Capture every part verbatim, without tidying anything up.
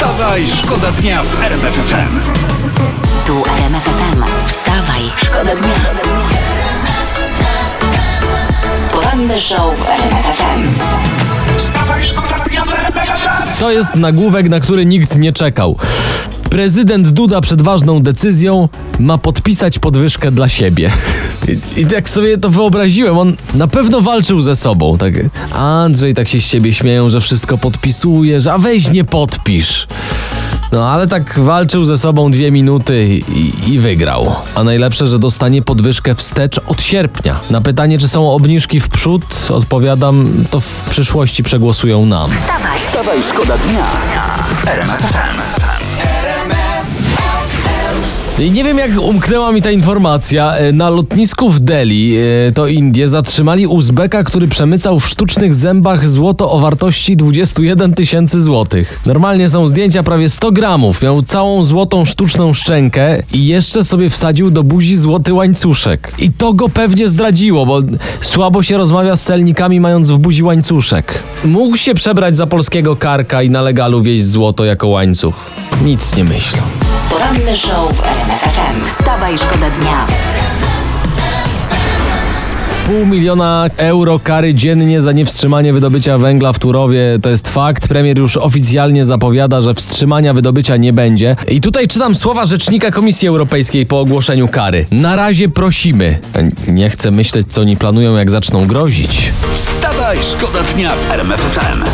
Wstawaj, szkoda dnia w R M F F M. Tu R M F F M. Wstawaj, szkoda dnia. Poranny show w R M F F M. Wstawaj, szkoda dnia w R M F F M. To jest nagłówek, na który nikt nie czekał. Prezydent Duda przed ważną decyzją ma podpisać podwyżkę dla siebie. I, I tak sobie to wyobraziłem, on na pewno walczył ze sobą. Tak, Andrzej, tak się z ciebie śmieją, że wszystko podpisuje, że a weź nie podpisz. No ale tak walczył ze sobą dwie minuty i, i wygrał. A najlepsze, że dostanie podwyżkę wstecz od sierpnia. Na pytanie, czy są obniżki w przód, odpowiadam, to w przyszłości przegłosują nam. Wstawaj, Wstawaj, szkoda dnia w R M F F M. I nie wiem, jak umknęła mi ta informacja. Na lotnisku w Delhi, to Indie, zatrzymali Uzbeka, który przemycał w sztucznych zębach złoto o wartości dwadzieścia jeden tysięcy złotych. Normalnie są zdjęcia prawie sto gramów. Miał całą złotą sztuczną szczękę i jeszcze sobie wsadził do buzi złoty łańcuszek. I to go pewnie zdradziło, bo słabo się rozmawia z celnikami, mając w buzi łańcuszek. Mógł się przebrać za polskiego karka i na legalu wieźć złoto jako łańcuch. Nic nie myślą. Poranny show w R M F F M. Wstawaj, szkoda dnia. Pół miliona euro kary dziennie za niewstrzymanie wydobycia węgla w Turowie to jest fakt. Premier już oficjalnie zapowiada, że wstrzymania wydobycia nie będzie. I tutaj czytam słowa rzecznika Komisji Europejskiej po ogłoszeniu kary. Na razie prosimy. Nie chcę myśleć, co oni planują, jak zaczną grozić. Wstawaj, szkoda dnia w R M F F M.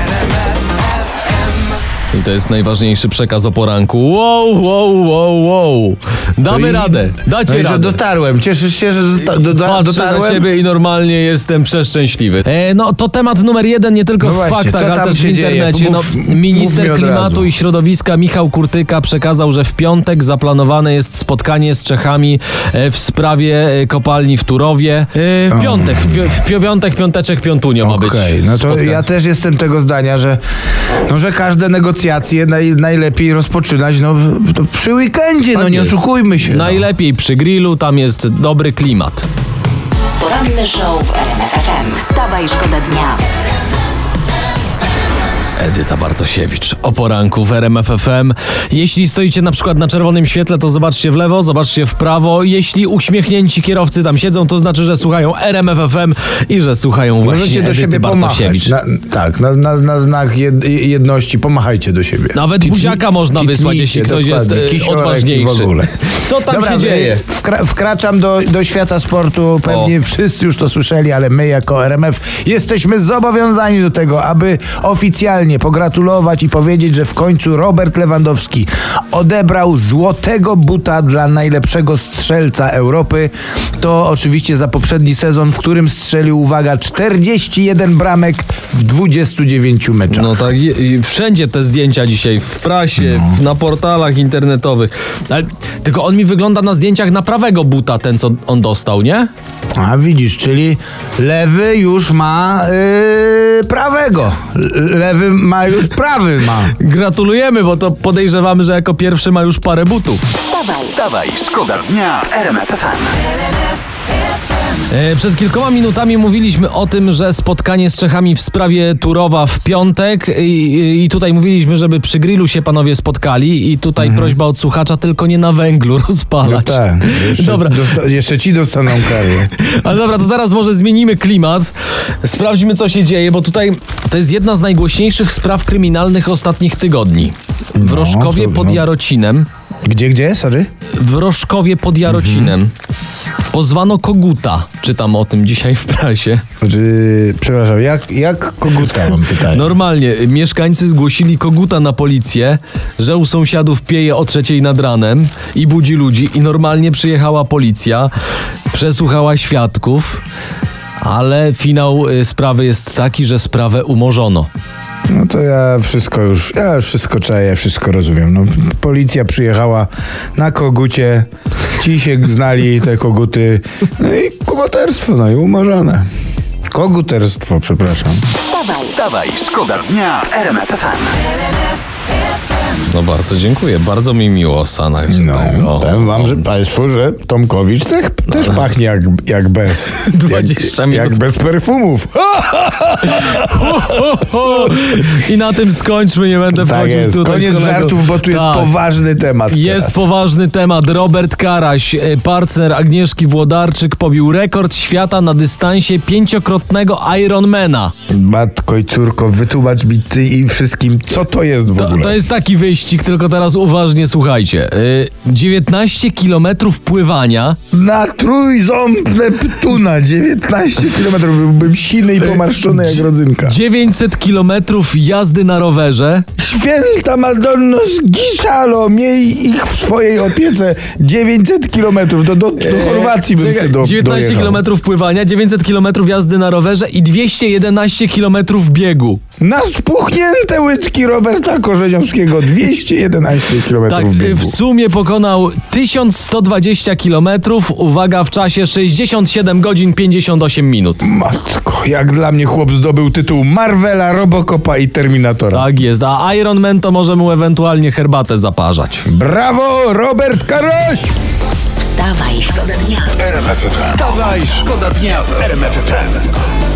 I to jest najważniejszy przekaz o poranku. Wow, wow, wow, wow. Damy i, radę. Dacie no i radę. że dotarłem. Cieszysz się, że dosta- do, do, Patrzę dotarłem? na ciebie i normalnie jestem przeszczęśliwy. E, no to temat numer jeden nie tylko No w właśnie, faktach, co ale tam też w się dzieje? internecie. Mów- no, mów mi minister od klimatu razu. i środowiska Michał Kurtyka przekazał, że w piątek zaplanowane jest spotkanie z Czechami e, w sprawie e, kopalni w Turowie. E, w piątek, w, pi- w pi- piątek, piąteczek, piątunio ma być. Okej, no to spotkanie. ja też jestem tego zdania, że, no, że każde negocjacje naj, najlepiej rozpoczynać no, to przy weekendzie, Tak no nie jest. oszukujmy się. Najlepiej przy grillu, tam jest dobry klimat. Poranny show w R M F F M. Wstawaj, szkoda dnia. Edyta Bartosiewicz o poranku w R M F F M. Jeśli stoicie na przykład na czerwonym świetle, to zobaczcie w lewo, zobaczcie w prawo. Jeśli uśmiechnięci kierowcy tam siedzą, to znaczy, że słuchają R M F F M i że słuchają właśnie Możecie do Edyty siebie Bartosiewicz. pomachać. Na, tak, na, na, na znak jed, jedności pomachajcie do siebie. Nawet Kicni- buziaka można wysłać, jeśli ktoś jest dokładnie, e, kisiorek i odważniejszy. w ogóle. Co tam Dobra, się dzieje? Wkra- wkraczam do, do świata sportu. Pewnie O. wszyscy już to słyszeli, ale my jako R M F jesteśmy zobowiązani do tego, aby oficjalnie pogratulować i powiedzieć, że w końcu Robert Lewandowski odebrał złotego buta dla najlepszego strzelca Europy. To oczywiście za poprzedni sezon, w którym strzelił, uwaga, czterdzieści jeden bramek w dwudziestu dziewięciu meczach. No tak, i, i wszędzie te zdjęcia dzisiaj, w prasie, No. na portalach internetowych. Ale, tylko on mi wygląda na zdjęciach na prawego buta, ten co on dostał, nie? A widzisz, czyli lewy już ma yy, prawego. L- lewy ma już prawy ma. Gratulujemy, bo to podejrzewamy, że jako pierwszy ma już parę butów. Wstawaj, Wstawaj, szkoda dnia w R M F F M. E, Przed kilkoma minutami mówiliśmy o tym, że spotkanie z Czechami w sprawie Turowa w piątek i, i tutaj mówiliśmy, żeby przy grillu się panowie spotkali i tutaj prośba od słuchacza, tylko nie na węglu rozpalać. No tak. Jeszcze, Dobra. dosta- jeszcze ci dostaną karę. Ale dobra, to teraz może zmienimy klimat, sprawdźmy, co się dzieje, bo tutaj to jest jedna z najgłośniejszych spraw kryminalnych ostatnich tygodni. W No, Rożkowie to- pod no. Jarocinem Gdzie, gdzie? Sorry? w Rożkowie pod Jarocinem pozwano koguta. Czytam o tym dzisiaj w prasie. Znaczy, przepraszam, jak, jak koguta mam pytanie? Normalnie, mieszkańcy zgłosili koguta na policję, że u sąsiadów pieje o trzeciej nad ranem i budzi ludzi i normalnie przyjechała policja, przesłuchała świadków, ale finał y, sprawy jest taki, że sprawę umorzono. No to ja wszystko już, ja już wszystko czaję, wszystko rozumiem. No, policja przyjechała na kogucie, ci się znali, te koguty, no i kumoterstwo, no i umorzone. Koguterstwo, przepraszam. wstawaj, Wstawaj, szkoda dnia w R M F F M. No bardzo dziękuję, bardzo mi miło o Sanach. że No, tak, o, powiem wam, że państwu, że Tomkowicz też, też pachnie jak, jak bez. dwadzieścia jak, minut. jak bez perfumów. I na tym skończmy, nie będę Tak wchodził jest, tutaj koniec z kolegą. żartów, bo tu jest Tak. poważny temat Jest teraz. poważny temat. Robert Karaś, e, partner Agnieszki Włodarczyk, pobił rekord świata na dystansie pięciokrotnego Ironmana. Matko i córko, wytłumacz mi ty i wszystkim, co to jest w To, ogóle. to jest taki wyścig, tylko teraz uważnie słuchajcie. Y, dziewiętnaście kilometrów pływania, Na trójząb Neptuna, dziewiętnaście kilometrów, byłbym silny i pomarszczony jak rodzynka. dziewięćset kilometrów jazdy na rowerze, Święta Madonno z Giszalo, miej ich w swojej opiece. dziewięćset kilometrów, do, do, do Chorwacji bym Czekaj, sobie do, dziewiętnaście dojechał. kilometrów pływania, dziewięćset kilometrów jazdy na rowerze i dwieście jedenaście kilometrów biegu. Na spuchnięte łydki Roberta Korzeniowskiego, dwieście jedenaście kilometrów Tak, biegu. w sumie pokonał tysiąc sto dwadzieścia kilometrów, uwaga, w czasie sześćdziesiąt siedem godzin pięćdziesiąt osiem minut. Matko, jak dla mnie chłop zdobył tytuł Marvela, Robocopa i Terminatora. Tak jest, a Iron Man to może mu ewentualnie herbatę zaparzać. Brawo, Robert Karoś! Wstawaj, szkoda dnia. Wstawaj, szkoda dnia w R M F F M.